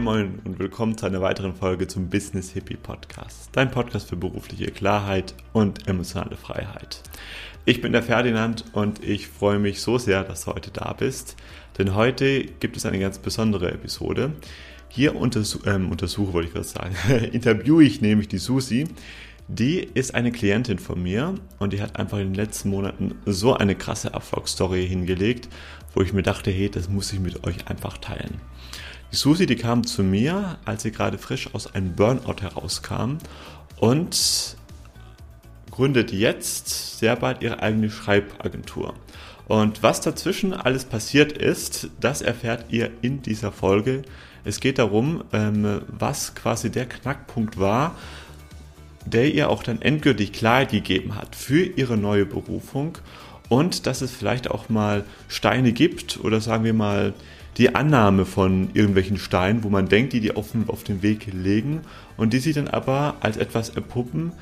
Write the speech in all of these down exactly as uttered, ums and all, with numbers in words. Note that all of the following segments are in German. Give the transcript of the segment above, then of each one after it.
Moin Moin und willkommen zu einer weiteren Folge zum Business Hippie Podcast, dein Podcast für berufliche Klarheit und emotionale Freiheit. Ich bin der Ferdinand und ich freue mich so sehr, dass du heute da bist, denn heute gibt es eine ganz besondere Episode. Hier untersu- ähm, untersuche, wollte ich gerade sagen, interviewe ich nämlich die Susi. Die ist eine Klientin von mir und die hat einfach in den letzten Monaten so eine krasse Erfolgsstory hingelegt, wo ich mir dachte, hey, das muss ich mit euch einfach teilen. Die Susi, die kam zu mir, als sie gerade frisch aus einem Burnout herauskam und gründet jetzt sehr bald ihre eigene Schreibagentur. Und was dazwischen alles passiert ist, das erfährt ihr in dieser Folge. Es geht darum, was quasi der Knackpunkt war, der ihr auch dann endgültig Klarheit gegeben hat für ihre neue Berufung und dass es vielleicht auch mal Steine gibt oder sagen wir mal die Annahme von irgendwelchen Steinen, wo man denkt, die die auf, auf den Weg legen und die sie dann aber als etwas erpuppen,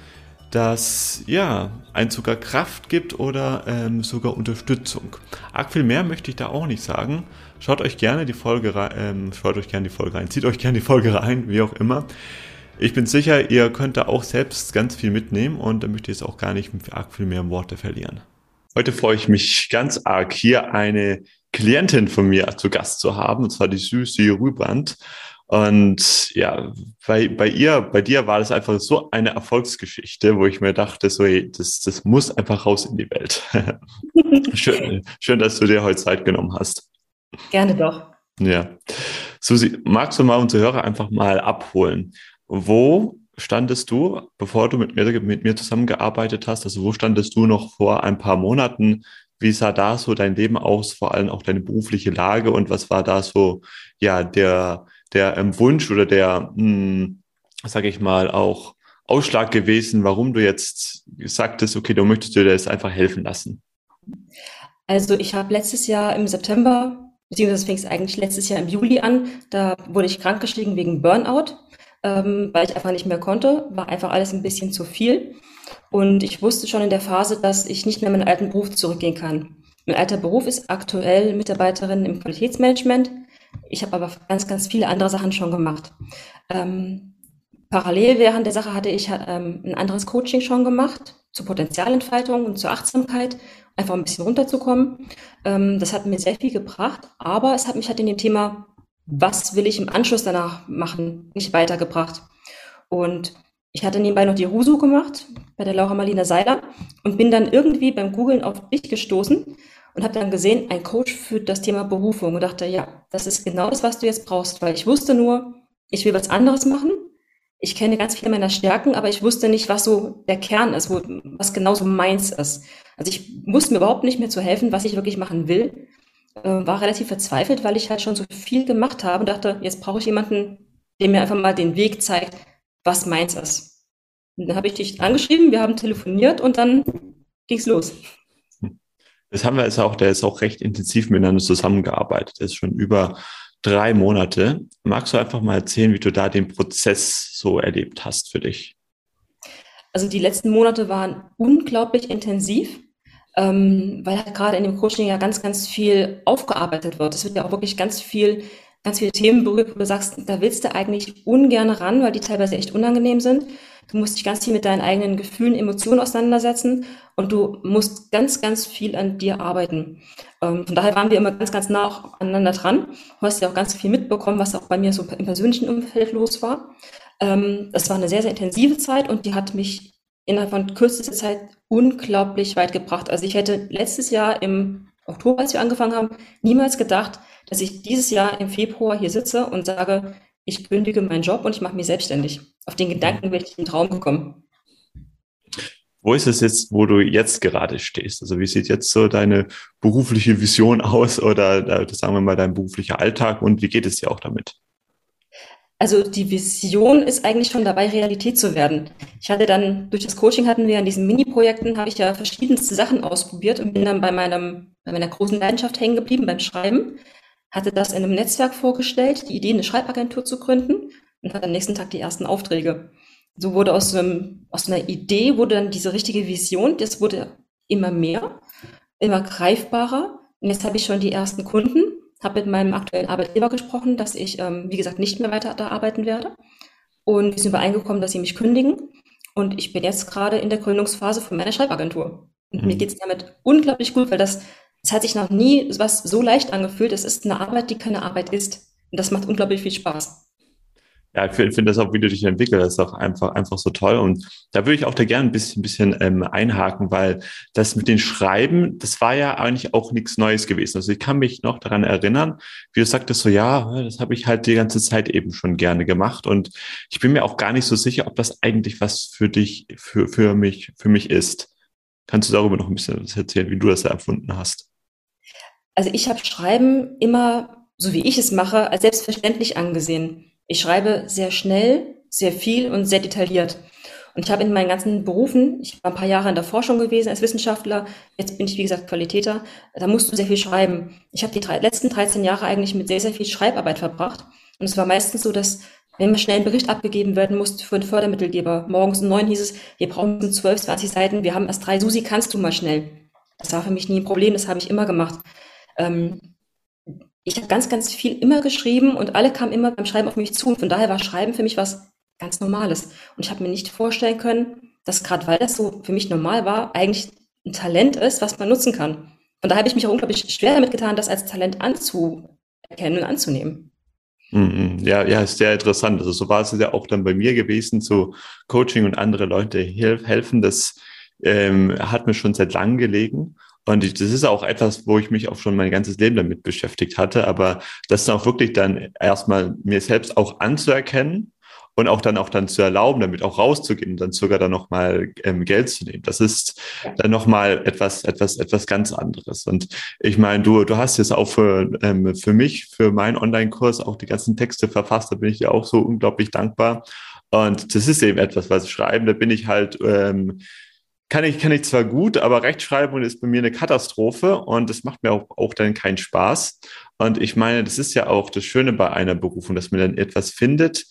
das ja einen sogar Kraft gibt oder ähm, sogar Unterstützung. Arg viel mehr möchte ich da auch nicht sagen. Schaut euch gerne die Folge rein, ähm, schaut euch gerne die Folge rein, zieht euch gerne die Folge rein, wie auch immer. Ich bin sicher, ihr könnt da auch selbst ganz viel mitnehmen und da möchte ich jetzt auch gar nicht arg viel mehr Worte verlieren. Heute freue ich mich ganz arg, hier eine Klientin von mir zu Gast zu haben, und zwar die Susi Rübrand. Und ja, bei, bei ihr, bei dir war das einfach so eine Erfolgsgeschichte, wo ich mir dachte, so, hey, das, das muss einfach raus in die Welt. schön, schön, dass du dir heute Zeit genommen hast. Gerne doch. Ja. Susi, magst du mal unsere Hörer einfach mal abholen? Wo standest du, bevor du mit mir, mit mir zusammengearbeitet hast? Also wo standest du noch vor ein paar Monaten? Wie sah da so dein Leben aus, vor allem auch deine berufliche Lage und was war da so ja der der ähm, Wunsch oder der, hm, sage ich mal, auch Ausschlag gewesen, warum du jetzt gesagt hast, okay, du möchtest dir das einfach helfen lassen? Also ich habe letztes Jahr im September, beziehungsweise fing es eigentlich letztes Jahr im Juli an, da wurde ich krankgeschrieben wegen Burnout, ähm, weil ich einfach nicht mehr konnte, war einfach alles ein bisschen zu viel. Und ich wusste schon in der Phase, dass ich nicht mehr in meinen alten Beruf zurückgehen kann. Mein alter Beruf ist aktuell Mitarbeiterin im Qualitätsmanagement. Ich habe aber ganz, ganz viele andere Sachen schon gemacht. Ähm, parallel während der Sache hatte ich ähm, ein anderes Coaching schon gemacht zur Potenzialentfaltung und zur Achtsamkeit, einfach ein bisschen runterzukommen. Ähm, das hat mir sehr viel gebracht, aber es hat mich halt in dem Thema, was will ich im Anschluss danach machen, nicht weitergebracht. Und ich hatte nebenbei noch die Rusu gemacht bei der Laura Marlina Seiler und bin dann irgendwie beim Googlen auf dich gestoßen und habe dann gesehen, ein Coach für das Thema Berufung und dachte, ja, das ist genau das, was du jetzt brauchst, weil ich wusste nur, ich will was anderes machen. Ich kenne ganz viele meiner Stärken, aber ich wusste nicht, was so der Kern ist, wo, was genau so meins ist. Also ich wusste mir überhaupt nicht mehr zu helfen, was ich wirklich machen will. Äh, war relativ verzweifelt, weil ich halt schon so viel gemacht habe und dachte, jetzt brauche ich jemanden, der mir einfach mal den Weg zeigt, was meins ist. Und dann habe ich dich angeschrieben, wir haben telefoniert und dann ging's los. Das haben wir jetzt auch, der ist auch recht intensiv miteinander zusammengearbeitet. Der ist schon über drei Monate. Magst du einfach mal erzählen, wie du da den Prozess so erlebt hast für dich? Also die letzten Monate waren unglaublich intensiv, ähm, weil halt gerade in dem Coaching ja ganz, ganz viel aufgearbeitet wird. Es wird ja auch wirklich ganz viel, ganz viele Themen berührt, wo du sagst, da willst du eigentlich ungern ran, weil die teilweise echt unangenehm sind. Du musst dich ganz viel mit deinen eigenen Gefühlen, Emotionen auseinandersetzen und du musst ganz, ganz viel an dir arbeiten. Ähm, von daher waren wir immer ganz, ganz nah auch aneinander dran. Du hast ja auch ganz viel mitbekommen, was auch bei mir so im persönlichen Umfeld los war. Ähm, das war eine sehr, sehr intensive Zeit und die hat mich innerhalb von kürzester Zeit unglaublich weit gebracht. Also ich hätte letztes Jahr im Oktober, als wir angefangen haben, niemals gedacht, dass ich dieses Jahr im Februar hier sitze und sage, ich kündige meinen Job und ich mache mich selbstständig. Auf den Gedanken bin ich im Traum gekommen. Wo ist es jetzt, wo du jetzt gerade stehst? Also wie sieht jetzt so deine berufliche Vision aus oder äh, sagen wir mal dein beruflicher Alltag und wie geht es dir auch damit? Also die Vision ist eigentlich schon dabei, Realität zu werden. Ich hatte dann, durch das Coaching hatten wir an diesen Mini-Projekten, habe ich ja verschiedenste Sachen ausprobiert und bin dann bei meinem, bei meiner großen Leidenschaft hängen geblieben, beim Schreiben. Hatte das in einem Netzwerk vorgestellt, die Idee, eine Schreibagentur zu gründen und hatte am nächsten Tag die ersten Aufträge. So wurde aus, so einem, aus einer Idee wurde dann diese richtige Vision, das wurde immer mehr, immer greifbarer. Und jetzt habe ich schon die ersten Kunden habe mit meinem aktuellen Arbeitgeber gesprochen, dass ich, ähm, wie gesagt, nicht mehr weiter da arbeiten werde. Und wir sind übereingekommen, dass sie mich kündigen. Und ich bin jetzt gerade in der Gründungsphase von meiner Schreibagentur. Und mir Mhm. geht es damit unglaublich gut, weil das, es hat sich noch nie was so leicht angefühlt. Es ist eine Arbeit, die keine Arbeit ist. Und das macht unglaublich viel Spaß. Ja, ich finde find das auch, wie du dich entwickelst, das ist auch einfach, einfach so toll. Und da würde ich auch da gerne ein bisschen, bisschen ähm, einhaken, weil das mit den Schreiben, das war ja eigentlich auch nichts Neues gewesen. Also ich kann mich noch daran erinnern, wie du sagtest, so ja, das habe ich halt die ganze Zeit eben schon gerne gemacht. Und ich bin mir auch gar nicht so sicher, ob das eigentlich was für dich, für, für mich, für mich ist. Kannst du darüber noch ein bisschen was erzählen, wie du das erfunden hast? Also ich habe Schreiben immer, so wie ich es mache, als selbstverständlich angesehen. Ich schreibe sehr schnell, sehr viel und sehr detailliert. Und ich habe in meinen ganzen Berufen, ich war ein paar Jahre in der Forschung gewesen als Wissenschaftler, jetzt bin ich, wie gesagt, Qualitäter, da musst du sehr viel schreiben. Ich habe die drei, letzten dreizehn Jahre eigentlich mit sehr, sehr viel Schreibarbeit verbracht. Und es war meistens so, dass, wenn mal schnell ein Bericht abgegeben werden musste für einen Fördermittelgeber, morgens um neun hieß es, wir brauchen zwölf, zwanzig Seiten, wir haben erst drei, Susi, kannst du mal schnell? Das war für mich nie ein Problem, das habe ich immer gemacht. Ähm, Ich habe ganz, ganz viel immer geschrieben und alle kamen immer beim Schreiben auf mich zu. Und von daher war Schreiben für mich was ganz Normales. Und ich habe mir nicht vorstellen können, dass gerade weil das so für mich normal war, eigentlich ein Talent ist, was man nutzen kann. Von daher habe ich mich auch unglaublich schwer damit getan, das als Talent anzuerkennen und anzunehmen. Mhm. Ja, ja, ist sehr interessant. Also so war es ja auch dann bei mir gewesen, so Coaching und andere Leute hel- helfen. Das ähm, hat mir schon seit langem gelegen. Und ich, das ist auch etwas, wo ich mich auch schon mein ganzes Leben damit beschäftigt hatte. Aber das dann auch wirklich dann erstmal mir selbst auch anzuerkennen und auch dann auch dann zu erlauben, damit auch rauszugehen und dann sogar dann nochmal ähm, Geld zu nehmen. Das ist dann nochmal etwas, etwas, etwas ganz anderes. Und ich meine, du, du hast jetzt auch für, ähm, für mich, für meinen Online-Kurs auch die ganzen Texte verfasst. Da bin ich dir auch so unglaublich dankbar. Und das ist eben etwas, was ich schreiben, da bin ich halt, ähm, kann ich, kann ich zwar gut, aber Rechtschreibung ist bei mir eine Katastrophe und das macht mir auch, auch dann keinen Spaß. Und ich meine, das ist ja auch das Schöne bei einer Berufung, dass man dann etwas findet,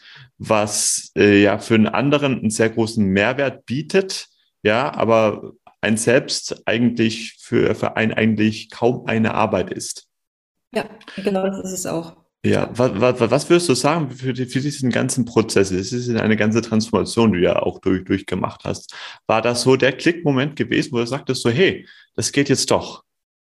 was äh, ja für einen anderen einen sehr großen Mehrwert bietet, ja, aber ein selbst eigentlich für, für einen eigentlich kaum eine Arbeit ist. Ja, genau das ist es auch. Ja, Ja. was, was, was würdest du sagen für, die, für diesen ganzen Prozess? Es ist ja eine ganze Transformation, die du ja auch durch, durchgemacht hast. War das so der Klickmoment gewesen, wo du sagtest so, hey, das geht jetzt doch?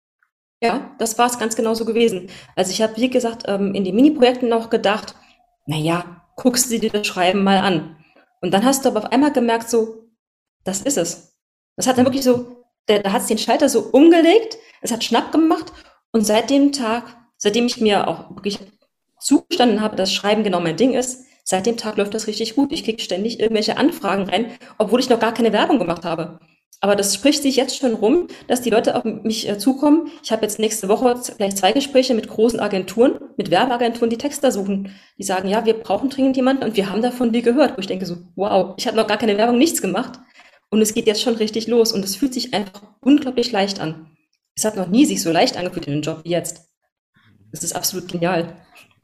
Ja, das war es ganz genau so gewesen. Also ich habe, wie gesagt, ähm, in den Mini-Projekten auch gedacht, naja, guckst du dir das Schreiben mal an. Und dann hast du aber auf einmal gemerkt, so, das ist es. Das hat dann wirklich so, der, da hat es den Schalter so umgelegt, es hat Schnapp gemacht und seit dem Tag, seitdem ich mir auch wirklich zugestanden habe, dass Schreiben genau mein Ding ist, seit dem Tag läuft das richtig gut. Ich kriege ständig irgendwelche Anfragen rein, obwohl ich noch gar keine Werbung gemacht habe. Aber das spricht sich jetzt schon rum, dass die Leute auf mich äh, zukommen. Ich habe jetzt nächste Woche gleich zwei Gespräche mit großen Agenturen, mit Werbeagenturen, die Texter suchen. Die sagen, ja, wir brauchen dringend jemanden und wir haben davon wie gehört. Wo ich denke so, wow, ich habe noch gar keine Werbung, nichts gemacht. Und es geht jetzt schon richtig los und es fühlt sich einfach unglaublich leicht an. Es hat noch nie sich so leicht angefühlt in den Job wie jetzt. Es ist absolut genial.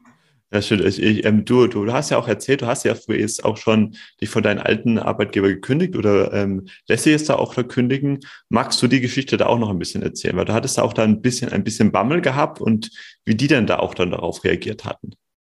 Ja, schön. Ich, ich, ähm, du, du, du hast ja auch erzählt, du hast ja früher jetzt auch schon dich von deinem alten Arbeitgeber gekündigt oder ähm, lässt sich jetzt da auch verkündigen. Magst du die Geschichte da auch noch ein bisschen erzählen? Weil du hattest da auch da ein bisschen, ein bisschen Bammel gehabt und wie die denn da auch dann darauf reagiert hatten.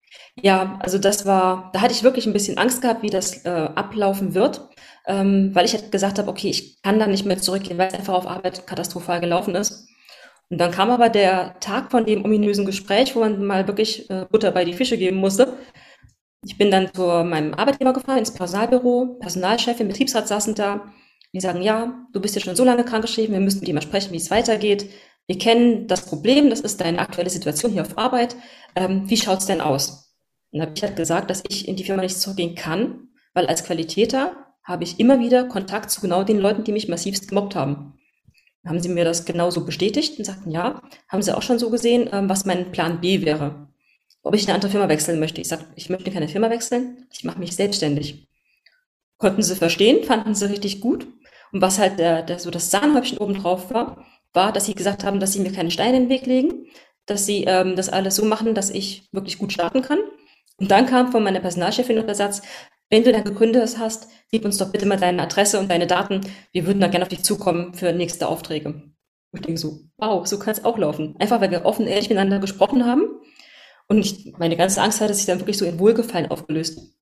Ja, also das war, da hatte ich wirklich ein bisschen Angst gehabt, wie das äh, ablaufen wird, ähm, weil ich halt gesagt habe, okay, ich kann da nicht mehr zurückgehen, weil es einfach auf Arbeit katastrophal gelaufen ist. Und dann kam aber der Tag von dem ominösen Gespräch, wo man mal wirklich äh, Butter bei die Fische geben musste. Ich bin dann zu meinem Arbeitgeber gefahren, ins Personalbüro, Personalchefin, Betriebsrat saßen da. Die sagen, ja, du bist ja schon so lange krankgeschrieben, wir müssen mit dir mal sprechen, wie es weitergeht. Wir kennen das Problem, das ist deine aktuelle Situation hier auf Arbeit. Ähm, wie schaut's denn aus? Und dann habe ich halt gesagt, dass ich in die Firma nicht zurückgehen kann, weil als Qualitäter habe ich immer wieder Kontakt zu genau den Leuten, die mich massivst gemobbt haben. Dann haben sie mir das genauso bestätigt und sagten, ja, haben sie auch schon so gesehen, ähm, was mein Plan B wäre. Ob ich in eine andere Firma wechseln möchte. Ich sage, ich möchte keine Firma wechseln, ich mache mich selbstständig. Konnten sie verstehen, fanden sie richtig gut. Und was halt der, der, so das Sahnehäubchen oben drauf war, war, dass sie gesagt haben, dass sie mir keine Steine in den Weg legen, dass sie ähm, das alles so machen, dass ich wirklich gut starten kann. Und dann kam von meiner Personalchefin noch der Satz, wenn du dann gegründet hast, gib uns doch bitte mal deine Adresse und deine Daten. Wir würden dann gerne auf dich zukommen für nächste Aufträge. Und ich denke so, wow, so kann es auch laufen. Einfach, weil wir offen, ehrlich miteinander gesprochen haben und ich, meine ganze Angst hatte sich dann wirklich so in Wohlgefallen aufgelöst.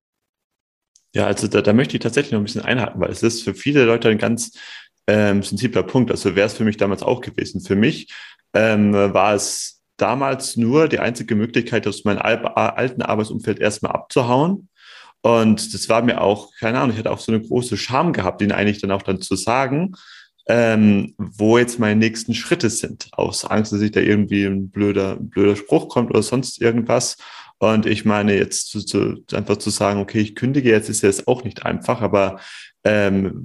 Ja, also da, da möchte ich tatsächlich noch ein bisschen einhaken, weil es ist für viele Leute ein ganz ähm, sensibler Punkt. Also wäre es für mich damals auch gewesen. Für mich ähm, war es damals nur die einzige Möglichkeit, aus meinem al alten Arbeitsumfeld erstmal abzuhauen. Und das war mir auch, keine Ahnung, ich hatte auch so eine große Scham gehabt, ihnen eigentlich dann auch dann zu sagen, ähm, wo jetzt meine nächsten Schritte sind. Aus Angst, dass sich da irgendwie ein blöder, ein blöder Spruch kommt oder sonst irgendwas. Und ich meine, jetzt zu, zu, einfach zu sagen, okay, ich kündige jetzt, ist jetzt auch nicht einfach, aber ähm,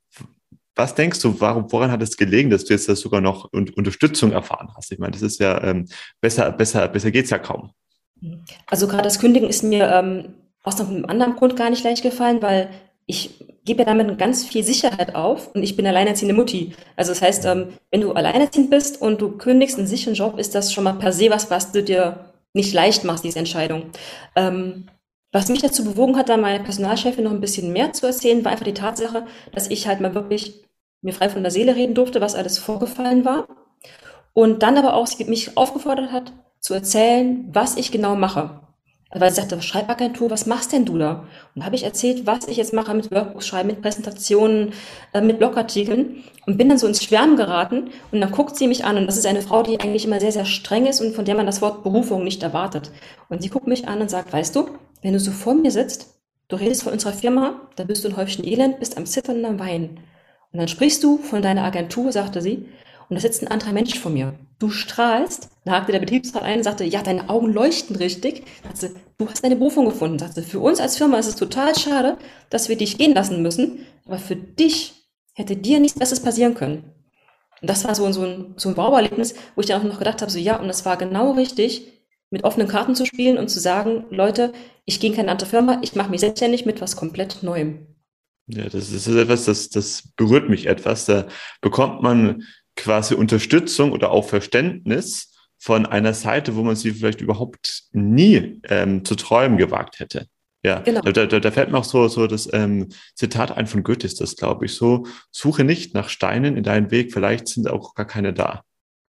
was denkst du, warum, woran hat es gelegen, dass du jetzt da sogar noch un Unterstützung erfahren hast? Ich meine, das ist ja ähm, besser, besser, besser geht's ja kaum. Also gerade das Kündigen ist mir ähm, aus einem anderen Grund gar nicht leicht gefallen, weil ich gebe ja damit ganz viel Sicherheit auf und ich bin alleinerziehende Mutti. Also das heißt, ähm, wenn du alleinerziehend bist und du kündigst einen sicheren Job, ist das schon mal per se was, was du dir nicht leicht machst, diese Entscheidung. Ähm, was mich dazu bewogen hat, da meine Personalchefin noch ein bisschen mehr zu erzählen, war einfach die Tatsache, dass ich halt mal wirklich mir frei von der Seele reden durfte, was alles vorgefallen war. Und dann aber auch sie mich aufgefordert hat, zu erzählen, was ich genau mache. Weil sie sagte, Schreibagentur, was machst denn du da? Und da habe ich erzählt, was ich jetzt mache mit Workbooks schreiben, mit Präsentationen, äh, mit Blogartikeln und bin dann so ins Schwärmen geraten und dann guckt sie mich an und das ist eine Frau, die eigentlich immer sehr, sehr streng ist und von der man das Wort Berufung nicht erwartet. Und sie guckt mich an und sagt, weißt du, wenn du so vor mir sitzt, du redest von unserer Firma, da bist du ein Häufchen Elend, bist am Zittern und am Weinen. Und dann sprichst du von deiner Agentur, sagte sie, und da sitzt ein anderer Mensch vor mir. Du strahlst. Da hakte der Betriebsrat ein und sagte, ja, deine Augen leuchten richtig. Sagte, du hast deine Berufung gefunden. Sagte, für uns als Firma ist es total schade, dass wir dich gehen lassen müssen. Aber für dich hätte dir nichts Besseres passieren können. Und das war so, so ein, so ein Wow-Erlebnis, wo ich dann auch noch gedacht habe, so ja, und es war genau richtig, mit offenen Karten zu spielen und zu sagen, Leute, ich gehe in keine andere Firma, ich mache mich selbstständig mit was komplett Neuem. Ja, das ist etwas, das, das berührt mich etwas. Da bekommt man quasi Unterstützung oder auch Verständnis von einer Seite, wo man sie vielleicht überhaupt nie ähm, zu träumen gewagt hätte. Ja, Genau. da, da, da fällt mir auch so, so das ähm, Zitat ein von Goethe, ist das, glaube ich, so: Suche nicht nach Steinen in deinen Weg, vielleicht sind auch gar keine da.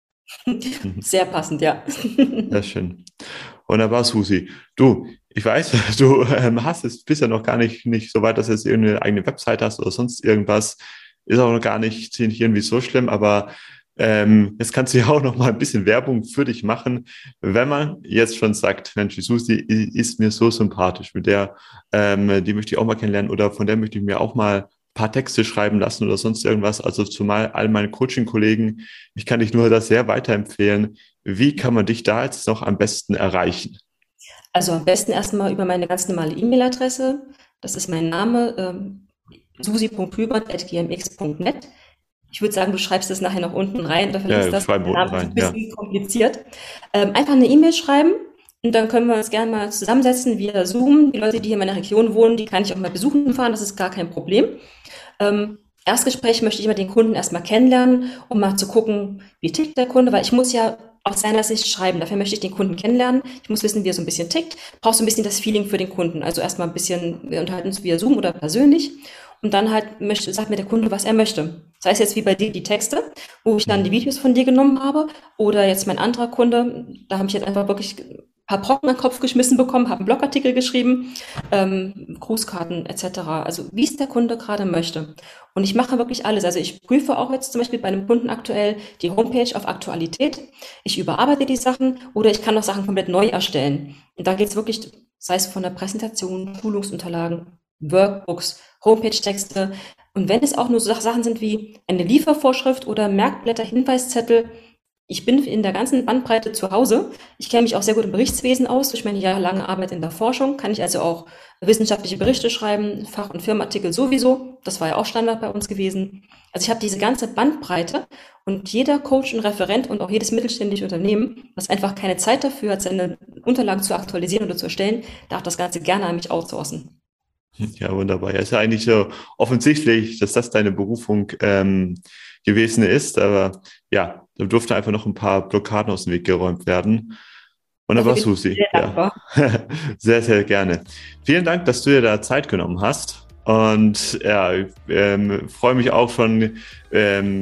Sehr passend, ja. Sehr schön. Wunderbar, Susi. Du, ich weiß, du ähm, hast es bisher noch gar nicht, nicht so weit, dass du jetzt irgendeine eigene Website hast oder sonst irgendwas. Ist auch noch gar nicht irgendwie so schlimm, aber ähm, jetzt kannst du ja auch noch mal ein bisschen Werbung für dich machen, wenn man jetzt schon sagt, Mensch, die Susi ist mir so sympathisch, mit der, ähm, die möchte ich auch mal kennenlernen oder von der möchte ich mir auch mal ein paar Texte schreiben lassen oder sonst irgendwas. Also zumal all meine Coaching-Kollegen, ich kann dich nur das sehr weiterempfehlen. Wie kann man dich da jetzt noch am besten erreichen? Also am besten erstmal über meine ganz normale E-Mail-Adresse. Das ist mein Name, ähm, susi punkt hübert at g m x punkt net. Ich würde sagen, du schreibst das nachher noch unten rein, dafür Ja, ist das schreiben wir unten ein rein, ja. bisschen kompliziert. Ähm, einfach eine E-Mail schreiben und dann können wir uns gerne mal zusammensetzen via Zoom. Die Leute, die hier in meiner Region wohnen, die kann ich auch mal besuchen fahren, das ist gar kein Problem. Ähm, Erstgespräch möchte ich immer den Kunden erstmal kennenlernen, um mal zu gucken, wie tickt der Kunde, weil ich muss ja aus seiner Sicht schreiben. Dafür möchte ich den Kunden kennenlernen. Ich muss wissen, wie er so ein bisschen tickt. Brauchst so ein bisschen das Feeling für den Kunden. Also erstmal ein bisschen, wir unterhalten uns via Zoom oder persönlich. Und dann halt möchte, sagt mir der Kunde, was er möchte. Das heißt jetzt wie bei dir die Texte, wo ich dann die Videos von dir genommen habe. Oder jetzt mein anderer Kunde, da habe ich jetzt einfach wirklich ein paar Brocken an den Kopf geschmissen bekommen, habe einen Blogartikel geschrieben, ähm, Grußkarten et cetera. Also wie es der Kunde gerade möchte. Und ich mache wirklich alles. Also ich prüfe auch jetzt zum Beispiel bei einem Kunden aktuell die Homepage auf Aktualität. Ich überarbeite die Sachen oder ich kann auch Sachen komplett neu erstellen. Und da geht es wirklich, sei es von der Präsentation, Schulungsunterlagen, Workbooks, Homepage-Texte. Und wenn es auch nur so Sachen sind wie eine Liefervorschrift oder Merkblätter, Hinweiszettel, ich bin in der ganzen Bandbreite zu Hause. Ich kenne mich auch sehr gut im Berichtswesen aus. Durch meine jahrelange Arbeit in der Forschung kann ich also auch wissenschaftliche Berichte schreiben, Fach- und Firmenartikel sowieso. Das war ja auch Standard bei uns gewesen. Also ich habe diese ganze Bandbreite und jeder Coach und Referent und auch jedes mittelständische Unternehmen, was einfach keine Zeit dafür hat, seine Unterlagen zu aktualisieren oder zu erstellen, darf das Ganze gerne an mich outsourcen. Ja, wunderbar. Ja, ist ja eigentlich so offensichtlich, dass das deine Berufung ähm, gewesen ist. Aber ja, da durfte einfach noch ein paar Blockaden aus dem Weg geräumt werden. Dafür Wunderbar, bin ich Susi. sehr Ja, dankbar. sehr, sehr gerne. Vielen Dank, dass du dir da Zeit genommen hast. Und ja, ich ähm, freue mich auch schon, ähm,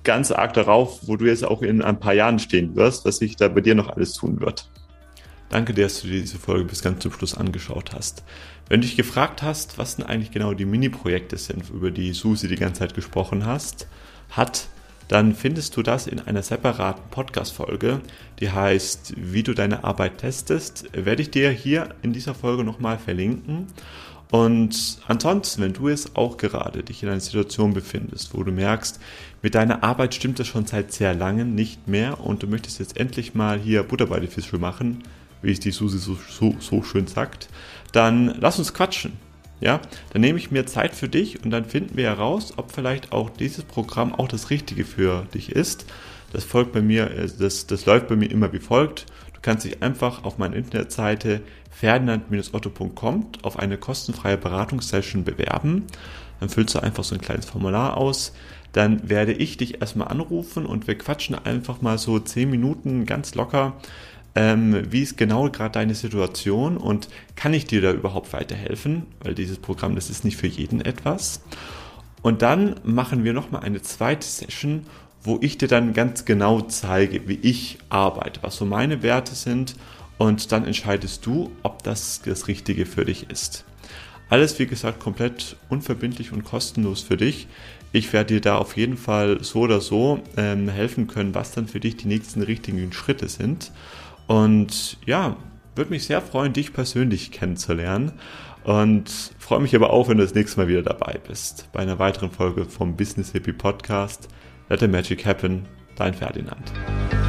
ganz arg darauf, wo du jetzt auch in ein paar Jahren stehen wirst, was sich da bei dir noch alles tun wird. Danke dir, dass du dir diese Folge bis ganz zum Schluss angeschaut hast. Wenn du dich gefragt hast, was denn eigentlich genau die Mini-Projekte sind, über die Susi die ganze Zeit gesprochen hast, hat, dann findest du das in einer separaten Podcast-Folge, die heißt, wie du deine Arbeit testest, werde ich dir hier in dieser Folge nochmal verlinken. Und ansonsten, wenn du jetzt auch gerade dich in einer Situation befindest, wo du merkst, mit deiner Arbeit stimmt es schon seit sehr langem nicht mehr und du möchtest jetzt endlich mal hier Butter bei die Fische machen, wie es die Susi so, so, so schön sagt, dann lass uns quatschen. Ja, dann nehme ich mir Zeit für dich und dann finden wir heraus, ob vielleicht auch dieses Programm auch das Richtige für dich ist. Das folgt bei mir, das, das läuft bei mir immer wie folgt. Du kannst dich einfach auf meiner Internetseite ferdinand Bindestrich otto Punkt com auf eine kostenfreie Beratungssession bewerben. Dann füllst du einfach so ein kleines Formular aus. Dann werde ich dich erstmal anrufen und wir quatschen einfach mal so zehn Minuten ganz locker. Ähm, wie ist genau gerade deine Situation und kann ich dir da überhaupt weiterhelfen? Weil dieses Programm, das ist nicht für jeden etwas. Und dann machen wir nochmal eine zweite Session, wo ich dir dann ganz genau zeige, wie ich arbeite, was so meine Werte sind und dann entscheidest du, ob das das Richtige für dich ist. Alles, wie gesagt, komplett unverbindlich und kostenlos für dich. Ich werde dir da auf jeden Fall so oder so ähm, helfen können, was dann für dich die nächsten richtigen Schritte sind. Und ja, würde mich sehr freuen, dich persönlich kennenzulernen und freue mich aber auch, wenn du das nächste Mal wieder dabei bist, bei einer weiteren Folge vom Business Hippie Podcast. Let the Magic Happen, dein Ferdinand.